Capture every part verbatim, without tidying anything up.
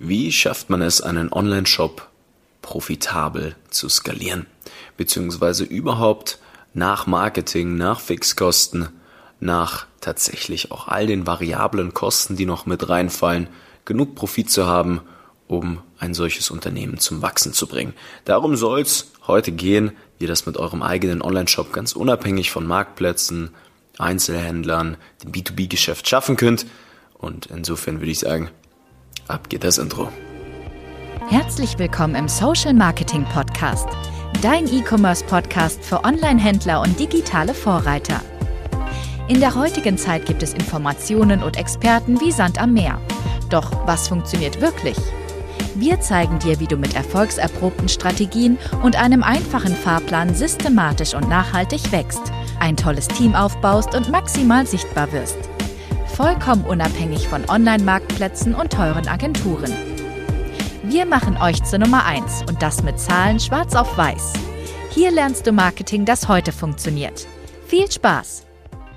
Wie schafft man es, einen Online-Shop profitabel zu skalieren? Beziehungsweise überhaupt nach Marketing, nach Fixkosten, nach tatsächlich auch all den variablen Kosten, die noch mit reinfallen, genug Profit zu haben, um ein solches Unternehmen zum Wachsen zu bringen. Darum soll es heute gehen, wie ihr das mit eurem eigenen Online-Shop ganz unabhängig von Marktplätzen, Einzelhändlern, dem B zwei B-Geschäft schaffen könnt. Und insofern würde ich sagen, ab geht das Intro. Herzlich willkommen im Social Marketing Podcast, dein E-Commerce-Podcast für Online-Händler und digitale Vorreiter. In der heutigen Zeit gibt es Informationen und Experten wie Sand am Meer. Doch was funktioniert wirklich? Wir zeigen dir, wie du mit erfolgserprobten Strategien und einem einfachen Fahrplan systematisch und nachhaltig wächst, ein tolles Team aufbaust und maximal sichtbar wirst. Vollkommen unabhängig von Online-Marktplätzen und teuren Agenturen. Wir machen euch zur Nummer eins und das mit Zahlen schwarz auf weiß. Hier lernst du Marketing, das heute funktioniert. Viel Spaß!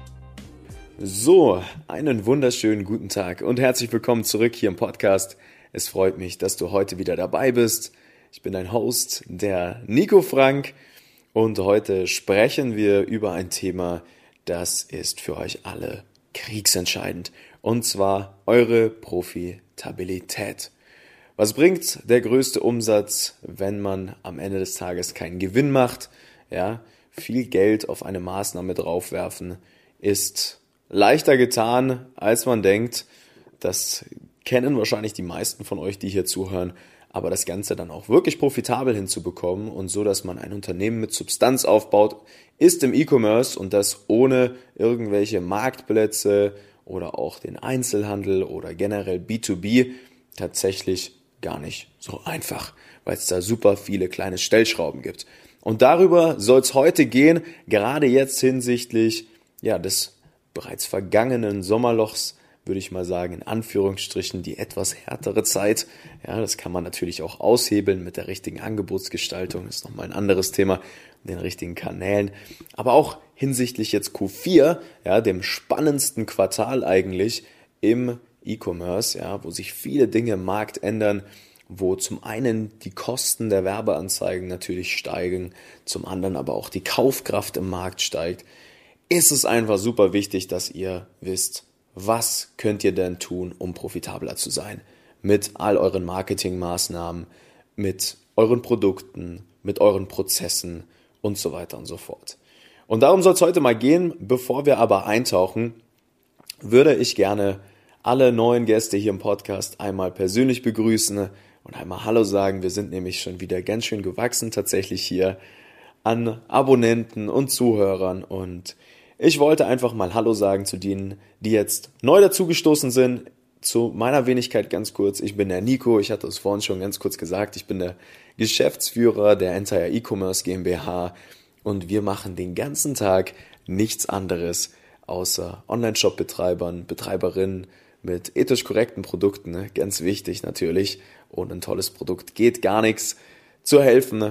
So, einen wunderschönen guten Tag und herzlich willkommen zurück hier im Podcast. Es freut mich, dass du heute wieder dabei bist. Ich bin dein Host, der Nico Frank, und heute sprechen wir über ein Thema, das ist für euch alle kriegsentscheidend, und zwar eure Profitabilität. Was bringt der größte Umsatz, wenn man am Ende des Tages keinen Gewinn macht? Ja, viel Geld auf eine Maßnahme draufwerfen ist leichter getan, als man denkt. Das kennen wahrscheinlich die meisten von euch, die hier zuhören. Aber das Ganze dann auch wirklich profitabel hinzubekommen und so, dass man ein Unternehmen mit Substanz aufbaut, ist im E-Commerce, und das ohne irgendwelche Marktplätze oder auch den Einzelhandel oder generell B zwei B tatsächlich gar nicht so einfach, weil es da super viele kleine Stellschrauben gibt. Und darüber soll es heute gehen, gerade jetzt hinsichtlich ja, des bereits vergangenen Sommerlochs, würde ich mal sagen, in Anführungsstrichen die etwas härtere Zeit. Ja, das kann man natürlich auch aushebeln mit der richtigen Angebotsgestaltung, das ist nochmal ein anderes Thema, den richtigen Kanälen. Aber auch hinsichtlich jetzt Q vier, ja, dem spannendsten Quartal eigentlich im E-Commerce, ja, wo sich viele Dinge im Markt ändern, wo zum einen die Kosten der Werbeanzeigen natürlich steigen, zum anderen aber auch die Kaufkraft im Markt steigt, ist es einfach super wichtig, dass ihr wisst, was könnt ihr denn tun, um profitabler zu sein? Mit all euren Marketingmaßnahmen, mit euren Produkten, mit euren Prozessen und so weiter und so fort. Und darum soll es heute mal gehen. Bevor wir aber eintauchen, würde ich gerne alle neuen Gäste hier im Podcast einmal persönlich begrüßen und einmal Hallo sagen. Wir sind nämlich schon wieder ganz schön gewachsen tatsächlich hier an Abonnenten und Zuhörern, und ich wollte einfach mal Hallo sagen zu denen, die jetzt neu dazugestoßen sind. Zu meiner Wenigkeit ganz kurz. Ich bin der Nico, ich hatte es vorhin schon ganz kurz gesagt. Ich bin der Geschäftsführer der Entire E-Commerce GmbH, und wir machen den ganzen Tag nichts anderes, außer Online-Shop-Betreibern, Betreiberinnen mit ethisch korrekten Produkten, ne? Ganz wichtig natürlich. Ohne ein tolles Produkt geht gar nichts. Zu helfen,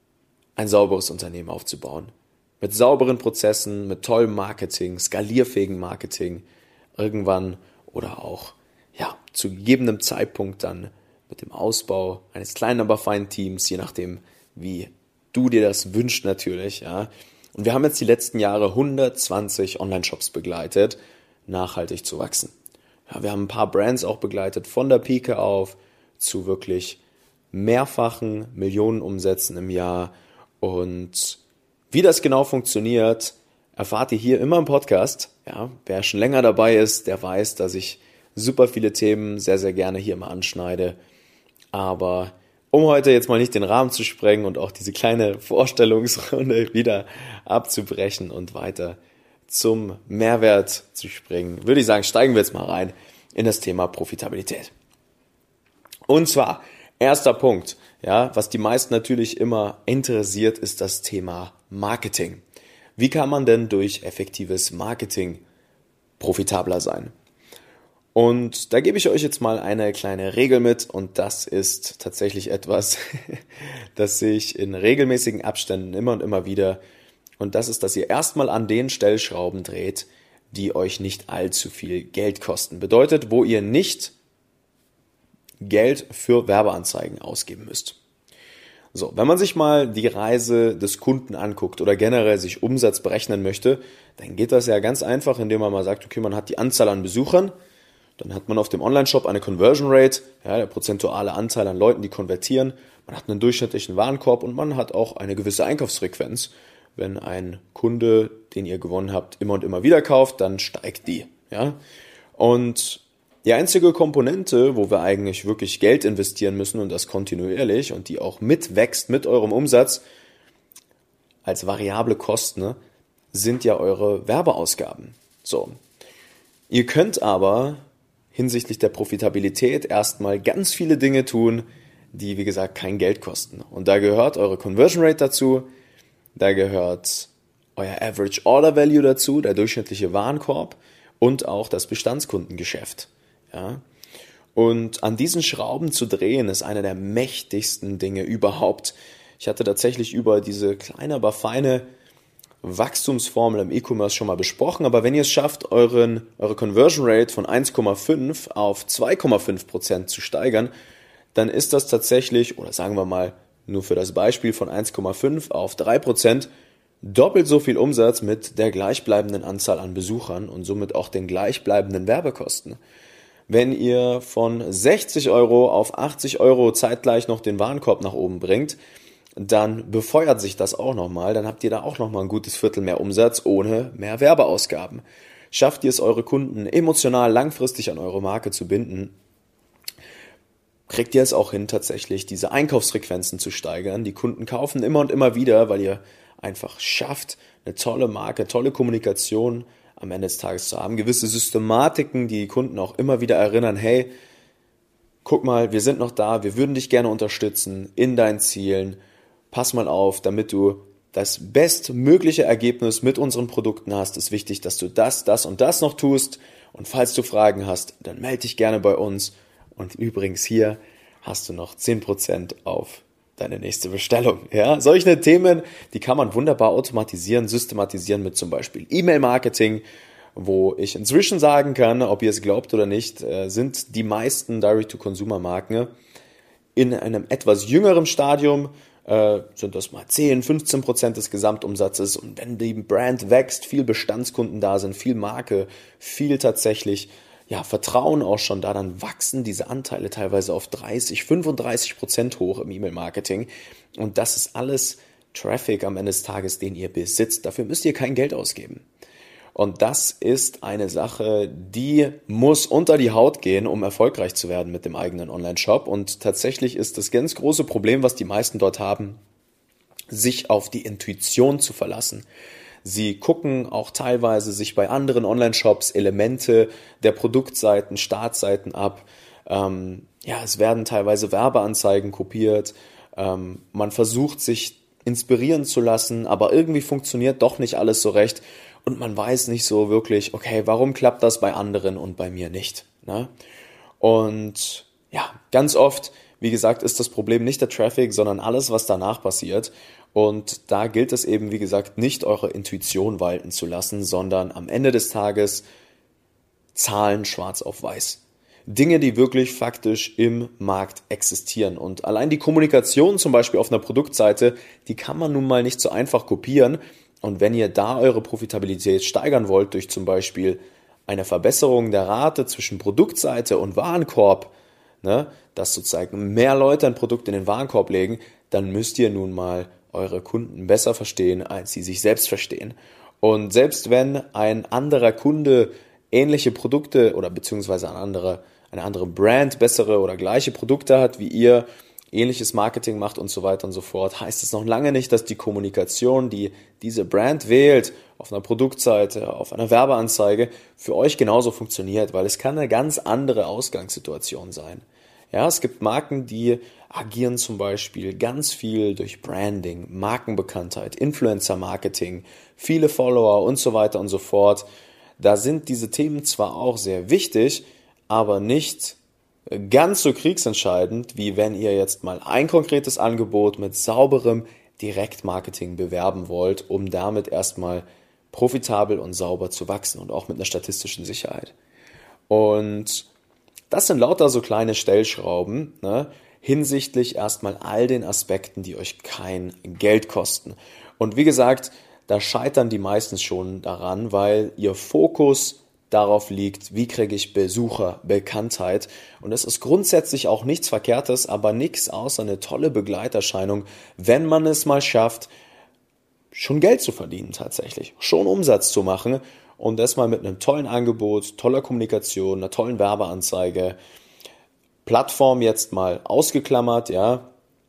ein sauberes Unternehmen aufzubauen. Mit sauberen Prozessen, mit tollem Marketing, skalierfähigem Marketing, irgendwann oder auch ja zu gegebenem Zeitpunkt dann mit dem Ausbau eines kleinen, aber feinen Teams, je nachdem, wie du dir das wünschst natürlich. Ja. Und wir haben jetzt die letzten Jahre hundertzwanzig Online-Shops begleitet, nachhaltig zu wachsen. Ja, wir haben ein paar Brands auch begleitet, von der Pike auf zu wirklich mehrfachen Millionenumsätzen im Jahr, und wie das genau funktioniert, erfahrt ihr hier immer im Podcast. Ja, wer schon länger dabei ist, der weiß, dass ich super viele Themen sehr, sehr gerne hier immer anschneide. Aber um heute jetzt mal nicht den Rahmen zu sprengen und auch diese kleine Vorstellungsrunde wieder abzubrechen und weiter zum Mehrwert zu springen, würde ich sagen, steigen wir jetzt mal rein in das Thema Profitabilität. Und zwar, erster Punkt, ja, was die meisten natürlich immer interessiert, ist das Thema Marketing. Wie kann man denn durch effektives Marketing profitabler sein? Und da gebe ich euch jetzt mal eine kleine Regel mit, und das ist tatsächlich etwas, das sich in regelmäßigen Abständen immer und immer wieder, und das ist, dass ihr erstmal an den Stellschrauben dreht, die euch nicht allzu viel Geld kosten. Bedeutet, wo ihr nicht Geld für Werbeanzeigen ausgeben müsst. So, wenn man sich mal die Reise des Kunden anguckt oder generell sich Umsatz berechnen möchte, dann geht das ja ganz einfach, indem man mal sagt, okay, man hat die Anzahl an Besuchern, dann hat man auf dem Online-Shop eine Conversion Rate, ja, der prozentuale Anteil an Leuten, die konvertieren, man hat einen durchschnittlichen Warenkorb und man hat auch eine gewisse Einkaufsfrequenz. Wenn ein Kunde, den ihr gewonnen habt, immer und immer wieder kauft, dann steigt die. Ja? Und die einzige Komponente, wo wir eigentlich wirklich Geld investieren müssen und das kontinuierlich und die auch mitwächst mit eurem Umsatz als variable Kosten, ne, sind ja eure Werbeausgaben. So. Ihr könnt aber hinsichtlich der Profitabilität erstmal ganz viele Dinge tun, die, wie gesagt, kein Geld kosten. Und da gehört eure Conversion Rate dazu, da gehört euer Average Order Value dazu, der durchschnittliche Warenkorb und auch das Bestandskundengeschäft. Ja? Und an diesen Schrauben zu drehen, ist eine der mächtigsten Dinge überhaupt. Ich hatte tatsächlich über diese kleine, aber feine Wachstumsformel im E-Commerce schon mal besprochen, aber wenn ihr es schafft, euren, eure Conversion Rate von eins Komma fünf auf zwei Komma fünf Prozent zu steigern, dann ist das tatsächlich, oder sagen wir mal nur für das Beispiel von eins Komma fünf auf drei Prozent, doppelt so viel Umsatz mit der gleichbleibenden Anzahl an Besuchern und somit auch den gleichbleibenden Werbekosten. Wenn ihr von sechzig Euro auf achtzig Euro zeitgleich noch den Warenkorb nach oben bringt, dann befeuert sich das auch nochmal, dann habt ihr da auch nochmal ein gutes Viertel mehr Umsatz ohne mehr Werbeausgaben. Schafft ihr es, eure Kunden emotional langfristig an eure Marke zu binden, kriegt ihr es auch hin, tatsächlich diese Einkaufsfrequenzen zu steigern. Die Kunden kaufen immer und immer wieder, weil ihr einfach schafft, eine tolle Marke, tolle Kommunikation am Ende des Tages zu haben, gewisse Systematiken, die die Kunden auch immer wieder erinnern, hey, guck mal, wir sind noch da, wir würden dich gerne unterstützen in deinen Zielen, pass mal auf, damit du das bestmögliche Ergebnis mit unseren Produkten hast, ist wichtig, dass du das, das und das noch tust und falls du Fragen hast, dann melde dich gerne bei uns und übrigens hier hast du noch zehn Prozent auf deine nächste Bestellung. Ja, solche Themen, die kann man wunderbar automatisieren, systematisieren mit zum Beispiel E-Mail-Marketing, wo ich inzwischen sagen kann, ob ihr es glaubt oder nicht, sind die meisten Direct-to-Consumer-Marken in einem etwas jüngeren Stadium, äh, sind das mal zehn, fünfzehn Prozent des Gesamtumsatzes und wenn die Brand wächst, viel Bestandskunden da sind, viel Marke, viel tatsächlich ja, Vertrauen auch schon da, dann wachsen diese Anteile teilweise auf dreißig, fünfunddreißig Prozent hoch im E-Mail-Marketing und das ist alles Traffic am Ende des Tages, den ihr besitzt. Dafür müsst ihr kein Geld ausgeben. Und das ist eine Sache, die muss unter die Haut gehen, um erfolgreich zu werden mit dem eigenen Online-Shop. Und tatsächlich ist das ganz große Problem, was die meisten dort haben, sich auf die Intuition zu verlassen. Sie gucken auch teilweise sich bei anderen Online-Shops Elemente der Produktseiten, Startseiten ab. Ähm, ja, es werden teilweise Werbeanzeigen kopiert. Ähm, man versucht sich inspirieren zu lassen, aber irgendwie funktioniert doch nicht alles so recht. Und man weiß nicht so wirklich, okay, warum klappt das bei anderen und bei mir nicht? Ne? Und ja, ganz oft, wie gesagt, ist das Problem nicht der Traffic, sondern alles, was danach passiert. Und da gilt es eben, wie gesagt, nicht eure Intuition walten zu lassen, sondern am Ende des Tages Zahlen schwarz auf weiß. Dinge, die wirklich faktisch im Markt existieren. Und allein die Kommunikation zum Beispiel auf einer Produktseite, die kann man nun mal nicht so einfach kopieren. Und wenn ihr da eure Profitabilität steigern wollt, durch zum Beispiel eine Verbesserung der Rate zwischen Produktseite und Warenkorb, ne, dass sozusagen mehr Leute ein Produkt in den Warenkorb legen, dann müsst ihr nun mal eure Kunden besser verstehen, als sie sich selbst verstehen. Und selbst wenn ein anderer Kunde ähnliche Produkte oder beziehungsweise eine andere, eine andere Brand bessere oder gleiche Produkte hat wie ihr, ähnliches Marketing macht und so weiter und so fort, heißt es noch lange nicht, dass die Kommunikation, die diese Brand wählt, auf einer Produktseite, auf einer Werbeanzeige, für euch genauso funktioniert, weil es kann eine ganz andere Ausgangssituation sein. Ja, es gibt Marken, die agieren zum Beispiel ganz viel durch Branding, Markenbekanntheit, Influencer-Marketing, viele Follower und so weiter und so fort. Da sind diese Themen zwar auch sehr wichtig, aber nicht ganz so kriegsentscheidend, wie wenn ihr jetzt mal ein konkretes Angebot mit sauberem Direktmarketing bewerben wollt, um damit erstmal profitabel und sauber zu wachsen und auch mit einer statistischen Sicherheit. Und Das sind lauter so kleine Stellschrauben, ne, hinsichtlich erstmal all den Aspekten, die euch kein Geld kosten. Und wie gesagt, da scheitern die meistens schon daran, weil ihr Fokus darauf liegt, wie kriege ich Besucher, Bekanntheit. Und es ist grundsätzlich auch nichts Verkehrtes, aber nichts außer eine tolle Begleiterscheinung, wenn man es mal schafft, schon Geld zu verdienen tatsächlich, schon Umsatz zu machen und das mal mit einem tollen Angebot, toller Kommunikation, einer tollen Werbeanzeige, Plattform jetzt mal ausgeklammert, ja,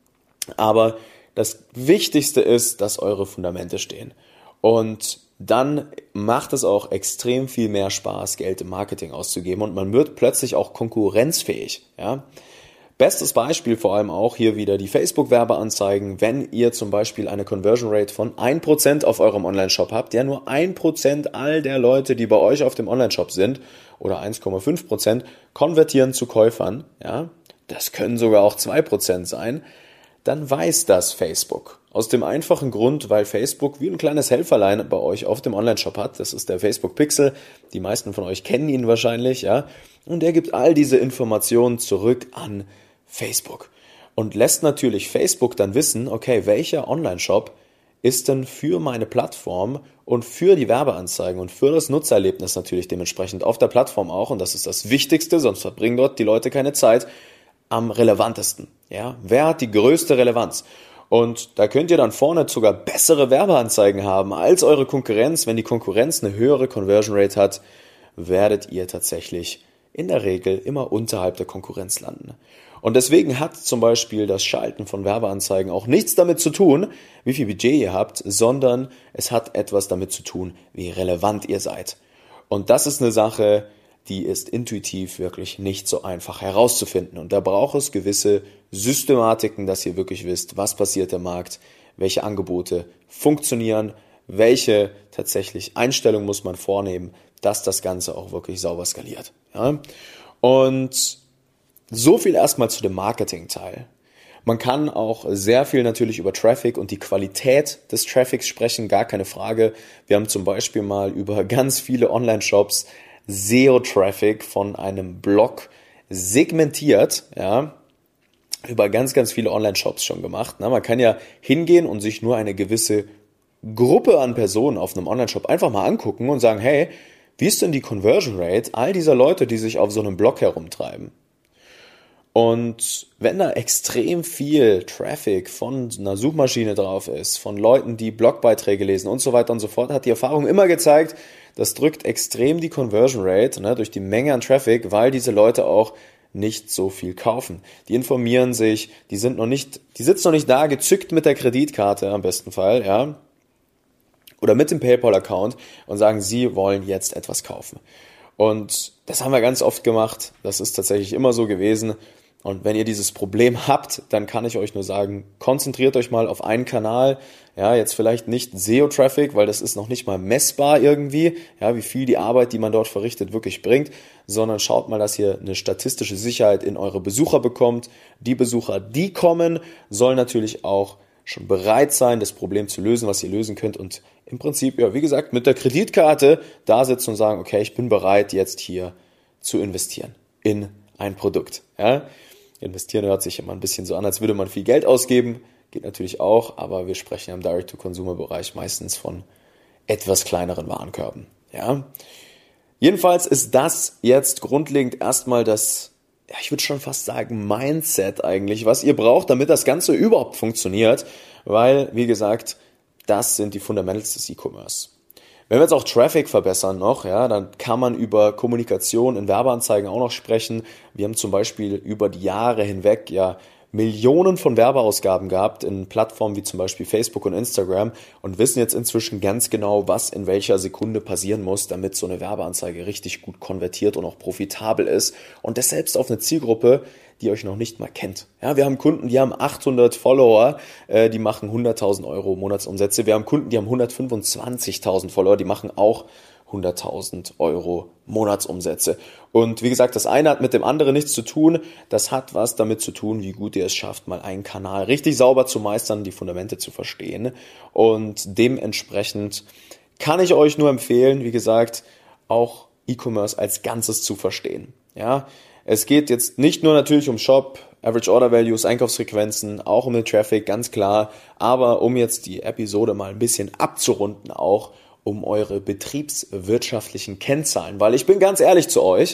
aber das Wichtigste ist, dass eure Fundamente stehen und dann macht es auch extrem viel mehr Spaß, Geld im Marketing auszugeben und man wird plötzlich auch konkurrenzfähig, ja. Bestes Beispiel vor allem auch hier wieder die Facebook-Werbeanzeigen, wenn ihr zum Beispiel eine Conversion Rate von ein Prozent auf eurem Online-Shop habt, ja nur ein Prozent all der Leute, die bei euch auf dem Online-Shop sind oder eins Komma fünf Prozent konvertieren zu Käufern, ja, das können sogar auch zwei Prozent sein, dann weiß das Facebook. Aus dem einfachen Grund, weil Facebook wie ein kleines Helferlein bei euch auf dem Online-Shop hat. Das ist der Facebook Pixel. Die meisten von euch kennen ihn wahrscheinlich, ja. Und er gibt all diese Informationen zurück an Facebook und lässt natürlich Facebook dann wissen, okay, welcher Online-Shop ist denn für meine Plattform und für die Werbeanzeigen und für das Nutzererlebnis natürlich dementsprechend auf der Plattform auch, und das ist das Wichtigste, sonst verbringen dort die Leute keine Zeit, am relevantesten. Ja? Wer hat die größte Relevanz? Und da könnt ihr dann vorne sogar bessere Werbeanzeigen haben als eure Konkurrenz. Wenn die Konkurrenz eine höhere Conversion Rate hat, werdet ihr tatsächlich in der Regel immer unterhalb der Konkurrenz landen. Und deswegen hat zum Beispiel das Schalten von Werbeanzeigen auch nichts damit zu tun, wie viel Budget ihr habt, sondern es hat etwas damit zu tun, wie relevant ihr seid. Und das ist eine Sache, die ist intuitiv wirklich nicht so einfach herauszufinden. Und da braucht es gewisse Systematiken, dass ihr wirklich wisst, was passiert im Markt, welche Angebote funktionieren, welche tatsächlich Einstellungen muss man vornehmen, dass das Ganze auch wirklich sauber skaliert. Ja? Und so viel erstmal zu dem Marketing-Teil. Man kann auch sehr viel natürlich über Traffic und die Qualität des Traffics sprechen, gar keine Frage. Wir haben zum Beispiel mal über ganz viele Online-Shops S E O-Traffic von einem Blog segmentiert, ja, über ganz, ganz viele Online-Shops schon gemacht. Na, man kann ja hingehen und sich nur eine gewisse Gruppe an Personen auf einem Online-Shop einfach mal angucken und sagen, hey, wie ist denn die Conversion Rate all dieser Leute, die sich auf so einem Blog herumtreiben? Und wenn da extrem viel Traffic von einer Suchmaschine drauf ist, von Leuten, die Blogbeiträge lesen und so weiter und so fort, hat die Erfahrung immer gezeigt, das drückt extrem die Conversion Rate, ne, durch die Menge an Traffic, weil diese Leute auch nicht so viel kaufen. Die informieren sich, die sind noch nicht, die sitzen noch nicht da, gezückt mit der Kreditkarte am besten Fall, ja, oder mit dem PayPal-Account und sagen, sie wollen jetzt etwas kaufen. Und das haben wir ganz oft gemacht, das ist tatsächlich immer so gewesen. Und wenn ihr dieses Problem habt, dann kann ich euch nur sagen, konzentriert euch mal auf einen Kanal. Ja, jetzt vielleicht nicht S E O-Traffic, weil das ist noch nicht mal messbar irgendwie, ja, wie viel die Arbeit, die man dort verrichtet, wirklich bringt, sondern schaut mal, dass ihr eine statistische Sicherheit in eure Besucher bekommt. Die Besucher, die kommen, sollen natürlich auch schon bereit sein, das Problem zu lösen, was ihr lösen könnt, und im Prinzip, ja, wie gesagt, mit der Kreditkarte da sitzen und sagen, okay, ich bin bereit, jetzt hier zu investieren in ein Produkt, ja. Investieren hört sich immer ein bisschen so an, als würde man viel Geld ausgeben. Geht natürlich auch, aber wir sprechen im Direct-to-Consumer-Bereich meistens von etwas kleineren Warenkörben. Ja? Jedenfalls ist das jetzt grundlegend erstmal das, ja, ich würde schon fast sagen, Mindset eigentlich, was ihr braucht, damit das Ganze überhaupt funktioniert. Weil, wie gesagt, das sind die Fundamentals des E-Commerce. Wenn wir jetzt auch Traffic verbessern noch, ja, dann kann man über Kommunikation in Werbeanzeigen auch noch sprechen. Wir haben zum Beispiel über die Jahre hinweg ja Millionen von Werbeausgaben gehabt in Plattformen wie zum Beispiel Facebook und Instagram und wissen jetzt inzwischen ganz genau, was in welcher Sekunde passieren muss, damit so eine Werbeanzeige richtig gut konvertiert und auch profitabel ist. Und das selbst auf eine Zielgruppe, die euch noch nicht mal kennt. Ja, wir haben Kunden, die haben achthundert Follower, äh, die machen hunderttausend Euro Monatsumsätze. Wir haben Kunden, die haben hundertfünfundzwanzigtausend Follower, die machen auch hunderttausend Euro Monatsumsätze. Und wie gesagt, das eine hat mit dem anderen nichts zu tun. Das hat was damit zu tun, wie gut ihr es schafft, mal einen Kanal richtig sauber zu meistern, die Fundamente zu verstehen. Und dementsprechend kann ich euch nur empfehlen, wie gesagt, auch E-Commerce als Ganzes zu verstehen. Ja, es geht jetzt nicht nur natürlich um Shop, Average Order Values, Einkaufsfrequenzen, auch um den Traffic, ganz klar, aber um jetzt die Episode mal ein bisschen abzurunden, auch um eure betriebswirtschaftlichen Kennzahlen, weil ich bin ganz ehrlich zu euch,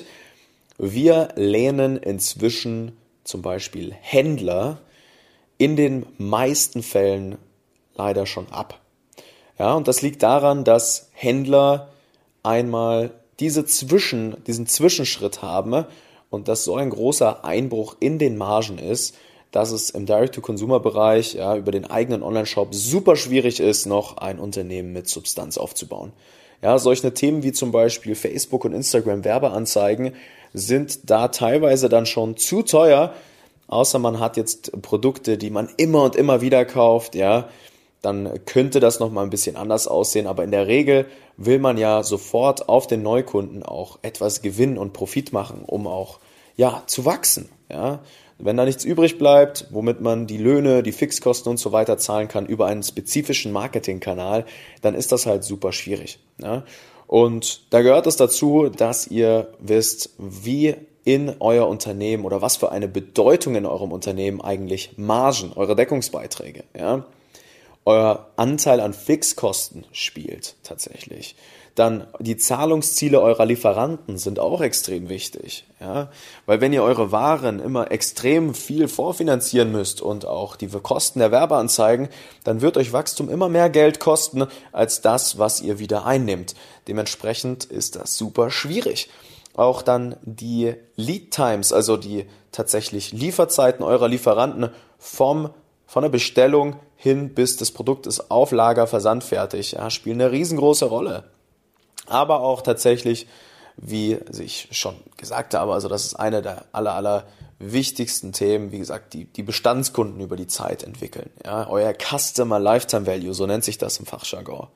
wir lehnen inzwischen zum Beispiel Händler in den meisten Fällen leider schon ab. Ja, und das liegt daran, dass Händler einmal diese Zwischen, diesen Zwischenschritt haben und das so ein großer Einbruch in den Margen ist, dass es im Direct-to-Consumer-Bereich, ja, über den eigenen Online-Shop super schwierig ist, noch ein Unternehmen mit Substanz aufzubauen. Ja, solche Themen wie zum Beispiel Facebook und Instagram Werbeanzeigen sind da teilweise dann schon zu teuer, außer man hat jetzt Produkte, die man immer und immer wieder kauft, ja, dann könnte das nochmal ein bisschen anders aussehen, aber in der Regel will man ja sofort auf den Neukunden auch etwas Gewinn und Profit machen, um auch, ja, zu wachsen, ja. Wenn da nichts übrig bleibt, womit man die Löhne, die Fixkosten und so weiter zahlen kann über einen spezifischen Marketingkanal, dann ist das halt super schwierig, ja. Und da gehört es dazu, dass ihr wisst, wie in euer Unternehmen oder was für eine Bedeutung in eurem Unternehmen eigentlich Margen, eure Deckungsbeiträge, ja, euer Anteil an Fixkosten spielt tatsächlich. Dann die Zahlungsziele eurer Lieferanten sind auch extrem wichtig, ja, weil wenn ihr eure Waren immer extrem viel vorfinanzieren müsst und auch die Kosten der Werbeanzeigen, dann wird euch Wachstum immer mehr Geld kosten als das, was ihr wieder einnimmt. Dementsprechend ist das super schwierig. Auch dann die Lead Times, also die tatsächlich Lieferzeiten eurer Lieferanten vom von der Bestellung hin bis das Produkt ist auf Lager versandfertig, ja, spielen eine riesengroße Rolle. Aber auch tatsächlich, wie ich schon gesagt habe, also das ist eine der aller, aller wichtigsten Themen, wie gesagt, die, die Bestandskunden über die Zeit entwickeln. Ja, euer Customer Lifetime Value, so nennt sich das im Fachjargon.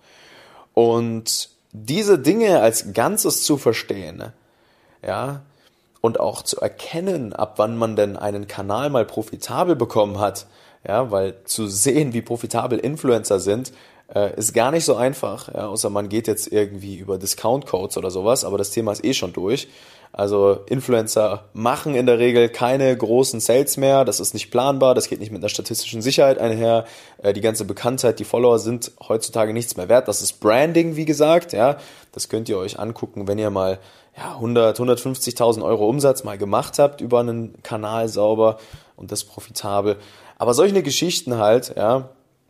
Und diese Dinge als Ganzes zu verstehen, ja, und auch zu erkennen, ab wann man denn einen Kanal mal profitabel bekommen hat, ja, weil zu sehen, wie profitabel Influencer sind, äh, ist gar nicht so einfach, ja, außer man geht jetzt irgendwie über Discount-Codes oder sowas, aber das Thema ist eh schon durch. Also Influencer machen in der Regel keine großen Sales mehr, das ist nicht planbar, das geht nicht mit einer statistischen Sicherheit einher, äh, die ganze Bekanntheit, die Follower sind heutzutage nichts mehr wert, das ist Branding, wie gesagt, ja, das könnt ihr euch angucken, wenn ihr mal ja, hundert, hundertfünfzigtausend Euro Umsatz mal gemacht habt über einen Kanal sauber und das profitabel. Aber solche Geschichten halt, ja,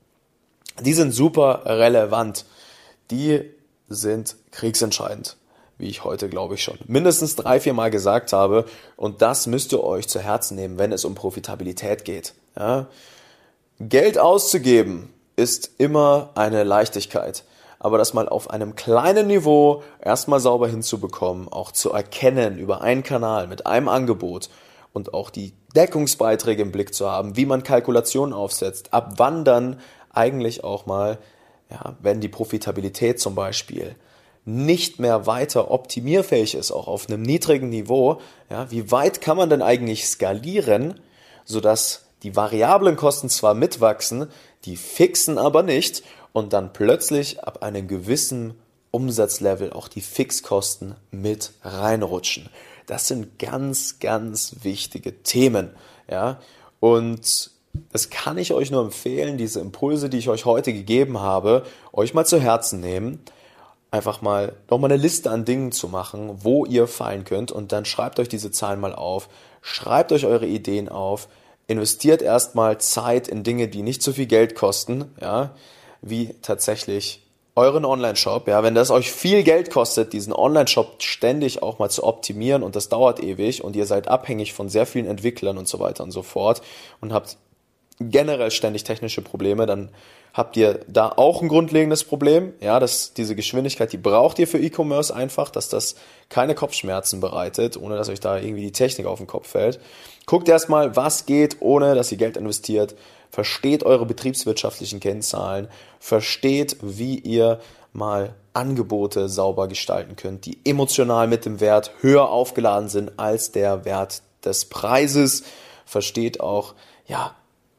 die sind super relevant. Die sind kriegsentscheidend, wie ich heute, glaube ich, schon mindestens drei, vier Mal gesagt habe. Und das müsst ihr euch zu Herzen nehmen, wenn es um Profitabilität geht. Ja. Geld auszugeben ist immer eine Leichtigkeit. Aber das mal auf einem kleinen Niveau erstmal sauber hinzubekommen, auch zu erkennen über einen Kanal mit einem Angebot und auch die Deckungsbeiträge im Blick zu haben, wie man Kalkulationen aufsetzt, ab wann dann eigentlich auch mal, ja, wenn die Profitabilität zum Beispiel nicht mehr weiter optimierfähig ist, auch auf einem niedrigen Niveau, ja, wie weit kann man denn eigentlich skalieren, sodass die variablen Kosten zwar mitwachsen, die fixen aber nicht und dann plötzlich ab einem gewissen Umsatzlevel auch die Fixkosten mit reinrutschen. Das sind ganz, ganz wichtige Themen, ja, und das kann ich euch nur empfehlen, diese Impulse, die ich euch heute gegeben habe, euch mal zu Herzen nehmen, einfach mal nochmal eine Liste an Dingen zu machen, wo ihr fallen könnt und dann schreibt euch diese Zahlen mal auf, schreibt euch eure Ideen auf, investiert erstmal Zeit in Dinge, die nicht so viel Geld kosten, ja, wie tatsächlich euren Online-Shop, ja, wenn das euch viel Geld kostet, diesen Online-Shop ständig auch mal zu optimieren und das dauert ewig und ihr seid abhängig von sehr vielen Entwicklern und so weiter und so fort und habt generell ständig technische Probleme, dann habt ihr da auch ein grundlegendes Problem, ja, dass diese Geschwindigkeit, die braucht ihr für E-Commerce einfach, dass das keine Kopfschmerzen bereitet, ohne dass euch da irgendwie die Technik auf den Kopf fällt. Guckt erstmal, was geht, ohne dass ihr Geld investiert, versteht eure betriebswirtschaftlichen Kennzahlen, versteht, wie ihr mal Angebote sauber gestalten könnt, die emotional mit dem Wert höher aufgeladen sind als der Wert des Preises, versteht auch, ja,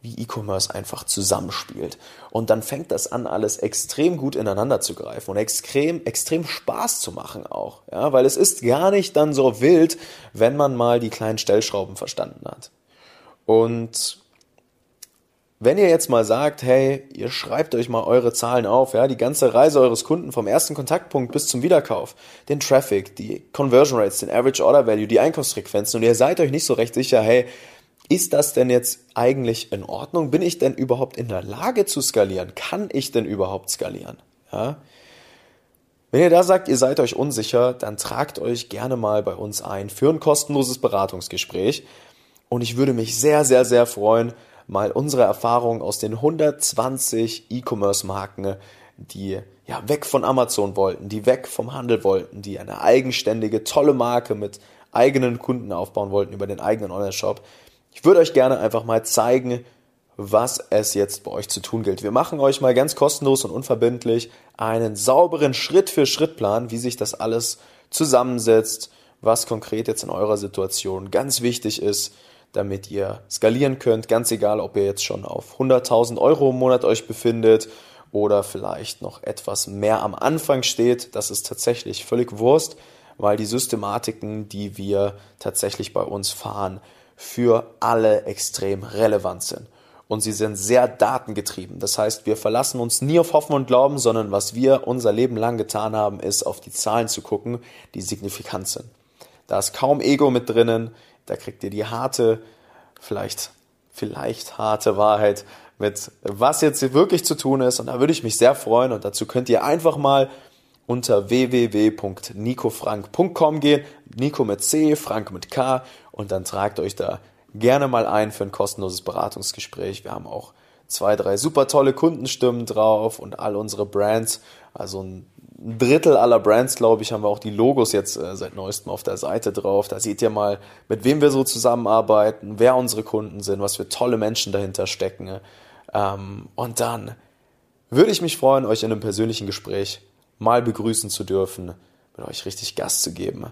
wie E-Commerce einfach zusammenspielt. Und dann fängt das an, alles extrem gut ineinander zu greifen und extrem, extrem Spaß zu machen auch. Ja, weil es ist gar nicht dann so wild, wenn man mal die kleinen Stellschrauben verstanden hat. Und wenn ihr jetzt mal sagt, hey, ihr schreibt euch mal eure Zahlen auf, ja, die ganze Reise eures Kunden vom ersten Kontaktpunkt bis zum Wiederkauf, den Traffic, die Conversion Rates, den Average Order Value, die Einkaufsfrequenzen und ihr seid euch nicht so recht sicher, hey, ist das denn jetzt eigentlich in Ordnung? Bin ich denn überhaupt in der Lage zu skalieren? Kann ich denn überhaupt skalieren? Ja? Wenn ihr da sagt, ihr seid euch unsicher, dann tragt euch gerne mal bei uns ein für ein kostenloses Beratungsgespräch. Und ich würde mich sehr, sehr, sehr freuen, mal unsere Erfahrungen aus den hundertzwanzig E-Commerce-Marken, die ja weg von Amazon wollten, die weg vom Handel wollten, die eine eigenständige, tolle Marke mit eigenen Kunden aufbauen wollten über den eigenen Online-Shop. Ich würde euch gerne einfach mal zeigen, was es jetzt bei euch zu tun gilt. Wir machen euch mal ganz kostenlos und unverbindlich einen sauberen Schritt-für-Schritt-Plan, wie sich das alles zusammensetzt, was konkret jetzt in eurer Situation ganz wichtig ist, damit ihr skalieren könnt, ganz egal, ob ihr jetzt schon auf hunderttausend Euro im Monat euch befindet oder vielleicht noch etwas mehr am Anfang steht. Das ist tatsächlich völlig Wurst, weil die Systematiken, die wir tatsächlich bei uns fahren, für alle extrem relevant sind. Und sie sind sehr datengetrieben. Das heißt, wir verlassen uns nie auf Hoffen und Glauben, sondern was wir unser Leben lang getan haben, ist auf die Zahlen zu gucken, die signifikant sind. Da ist kaum Ego mit drinnen, da kriegt ihr die harte, vielleicht, vielleicht harte Wahrheit mit, was jetzt wirklich zu tun ist. Und da würde ich mich sehr freuen und dazu könnt ihr einfach mal unter w w w punkt nico frank punkt com gehen, Nico mit C, Frank mit K und dann tragt euch da gerne mal ein für ein kostenloses Beratungsgespräch. Wir haben auch zwei, drei super tolle Kundenstimmen drauf und all unsere Brands, also ein Drittel aller Brands, glaube ich, haben wir auch die Logos jetzt äh, seit neuestem auf der Seite drauf. Da seht ihr mal, mit wem wir so zusammenarbeiten, wer unsere Kunden sind, was für tolle Menschen dahinter stecken. Ähm, und dann würde ich mich freuen, euch in einem persönlichen Gespräch mal begrüßen zu dürfen, mit euch richtig Gas zu geben.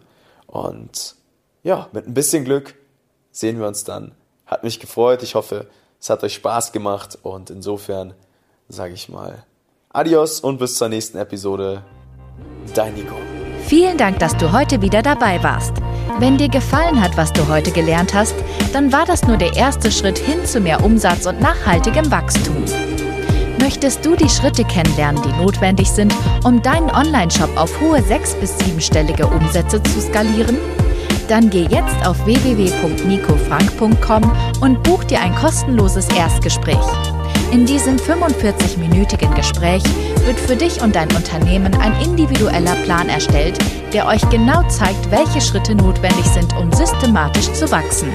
Und ja, mit ein bisschen Glück sehen wir uns dann. Hat mich gefreut. Ich hoffe, es hat euch Spaß gemacht. Und insofern sage ich mal Adios und bis zur nächsten Episode. Dein Nico. Vielen Dank, dass du heute wieder dabei warst. Wenn dir gefallen hat, was du heute gelernt hast, dann war das nur der erste Schritt hin zu mehr Umsatz und nachhaltigem Wachstum. Möchtest du die Schritte kennenlernen, die notwendig sind, um deinen Online-Shop auf hohe sechs- bis siebenstellige Umsätze zu skalieren? Dann geh jetzt auf w w w punkt nico frank punkt com und buch dir ein kostenloses Erstgespräch. In diesem fünfundvierzig-minütigen Gespräch wird für dich und dein Unternehmen ein individueller Plan erstellt, der euch genau zeigt, welche Schritte notwendig sind, um systematisch zu wachsen.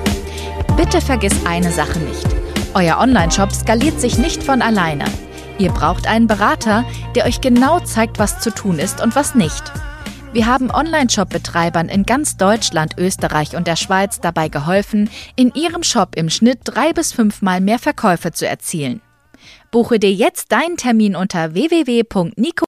Bitte vergiss eine Sache nicht. Euer Online-Shop skaliert sich nicht von alleine. Ihr braucht einen Berater, der euch genau zeigt, was zu tun ist und was nicht. Wir haben Online-Shop-Betreibern in ganz Deutschland, Österreich und der Schweiz dabei geholfen, in ihrem Shop im Schnitt drei bis fünfmal mehr Verkäufe zu erzielen. Buche dir jetzt deinen Termin unter w w w punkt nico